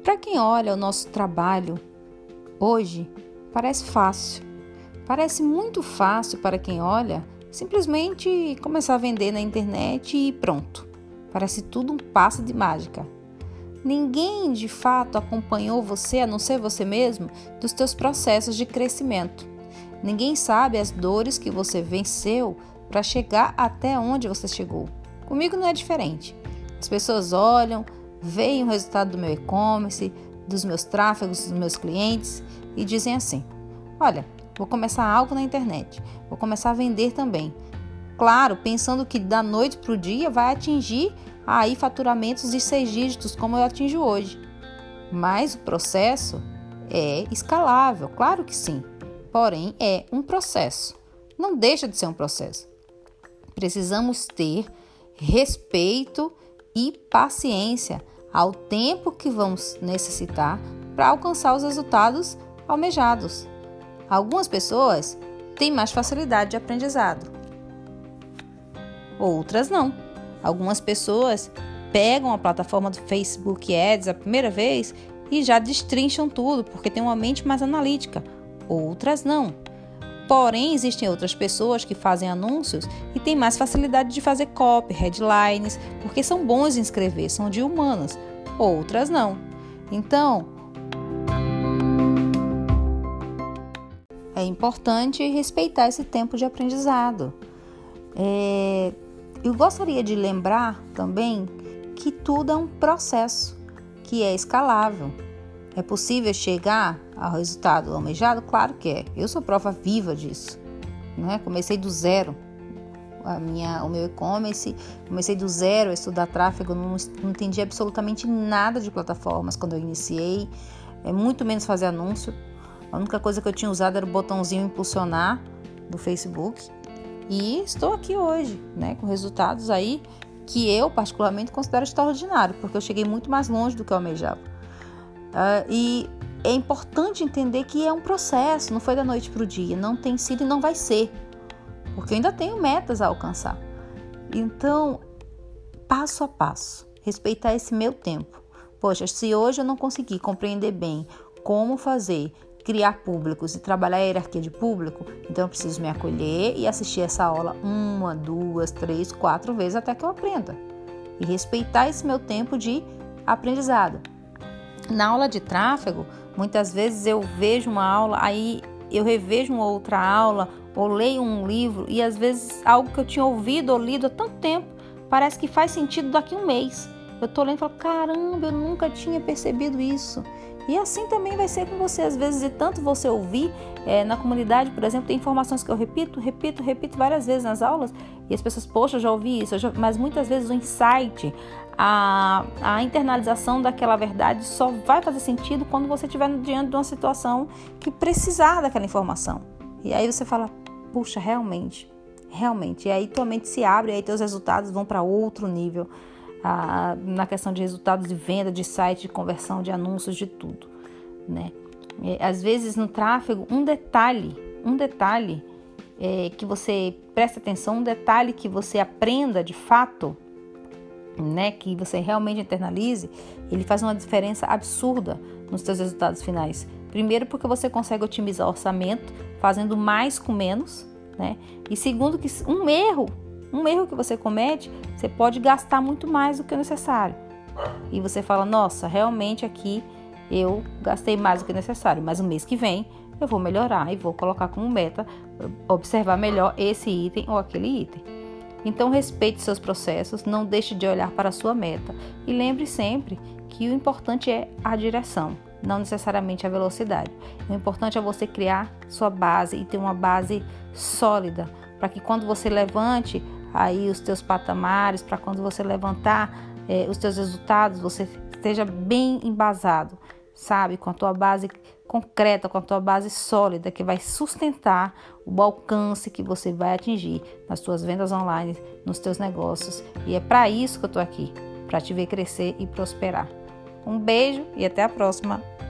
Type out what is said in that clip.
para quem olha o nosso trabalho hoje, parece fácil. Parece muito fácil para quem olha simplesmente começar a vender na internet e pronto. Parece tudo um passe de mágica. Ninguém de fato acompanhou você, a não ser você mesmo, dos teus processos de crescimento. Ninguém sabe as dores que você venceu para chegar até onde você chegou. Comigo não é diferente. As pessoas olham, veem o resultado do meu e-commerce, dos meus tráfegos, dos meus clientes e dizem assim: olha, vou começar algo na internet, vou começar a vender também. Claro, pensando que da noite para o dia vai atingir aí faturamentos de 6 dígitos como eu atinjo hoje. Mas o processo é escalável, claro que sim. Porém, é um processo. Não deixa de ser um processo. Precisamos ter respeito e paciência ao tempo que vamos necessitar para alcançar os resultados almejados. Algumas pessoas têm mais facilidade de aprendizado, outras não. Algumas pessoas pegam a plataforma do Facebook Ads a primeira vez e já destrincham tudo, porque tem uma mente mais analítica. Outras não. Porém, existem outras pessoas que fazem anúncios e têm mais facilidade de fazer copy, headlines, porque são bons em escrever, são de humanas. Outras não. Então, é importante respeitar esse tempo de aprendizado. Eu gostaria de lembrar também que tudo é um processo, que é escalável. É possível chegar ao resultado almejado? Claro que é. Eu sou prova viva disso. Né? Comecei do zero o meu e-commerce, comecei do zero a estudar tráfego, não entendi absolutamente nada de plataformas quando eu iniciei, muito menos fazer anúncio. A única coisa que eu tinha usado era o botãozinho impulsionar do Facebook. E estou aqui hoje, né, com resultados aí que eu particularmente considero extraordinário, porque eu cheguei muito mais longe do que eu almejava. E é importante entender que é um processo, não foi da noite para o dia, não tem sido e não vai ser, porque eu ainda tenho metas a alcançar. Então, passo a passo, respeitar esse meu tempo. Poxa, se hoje eu não conseguir compreender bem como fazer, criar públicos e trabalhar a hierarquia de público, então eu preciso me acolher e assistir essa aula 1, 2, 3, 4 vezes até que eu aprenda. E respeitar esse meu tempo de aprendizado. Na aula de tráfego, muitas vezes eu vejo uma aula, aí eu revejo uma outra aula, ou leio um livro, e às vezes algo que eu tinha ouvido ou lido há tanto tempo, parece que faz sentido daqui a um mês. Eu tô lendo e falo, caramba, eu nunca tinha percebido isso. E assim também vai ser com você. Às vezes, de tanto você ouvir, na comunidade, por exemplo, tem informações que eu repito várias vezes nas aulas, e as pessoas, poxa, eu já ouvi isso, mas muitas vezes o insight, a internalização daquela verdade só vai fazer sentido quando você estiver diante de uma situação que precisar daquela informação. E aí você fala, puxa, realmente. E aí tua mente se abre, e aí teus resultados vão para outro nível. Na questão de resultados de venda, de site, de conversão, de anúncios, de tudo, né? Às vezes no tráfego, um detalhe que você preste atenção, um detalhe que você aprenda de fato, né? Que você realmente internalize, ele faz uma diferença absurda nos seus resultados finais. Primeiro, porque você consegue otimizar o orçamento, fazendo mais com menos, né? E segundo, que um erro que você comete, você pode gastar muito mais do que o necessário. E você fala, nossa, realmente aqui eu gastei mais do que o necessário, mas no mês que vem eu vou melhorar e vou colocar como meta observar melhor esse item ou aquele item. Então respeite seus processos, não deixe de olhar para a sua meta e lembre sempre que o importante é a direção, não necessariamente a velocidade. O importante é você criar sua base e ter uma base sólida, para que quando você levante aí os teus patamares, para quando você levantar os teus resultados, você esteja bem embasado, sabe? Com a tua base concreta, com a tua base sólida, que vai sustentar o alcance que você vai atingir nas tuas vendas online, nos teus negócios. E é para isso que eu estou aqui, para te ver crescer e prosperar. Um beijo e até a próxima.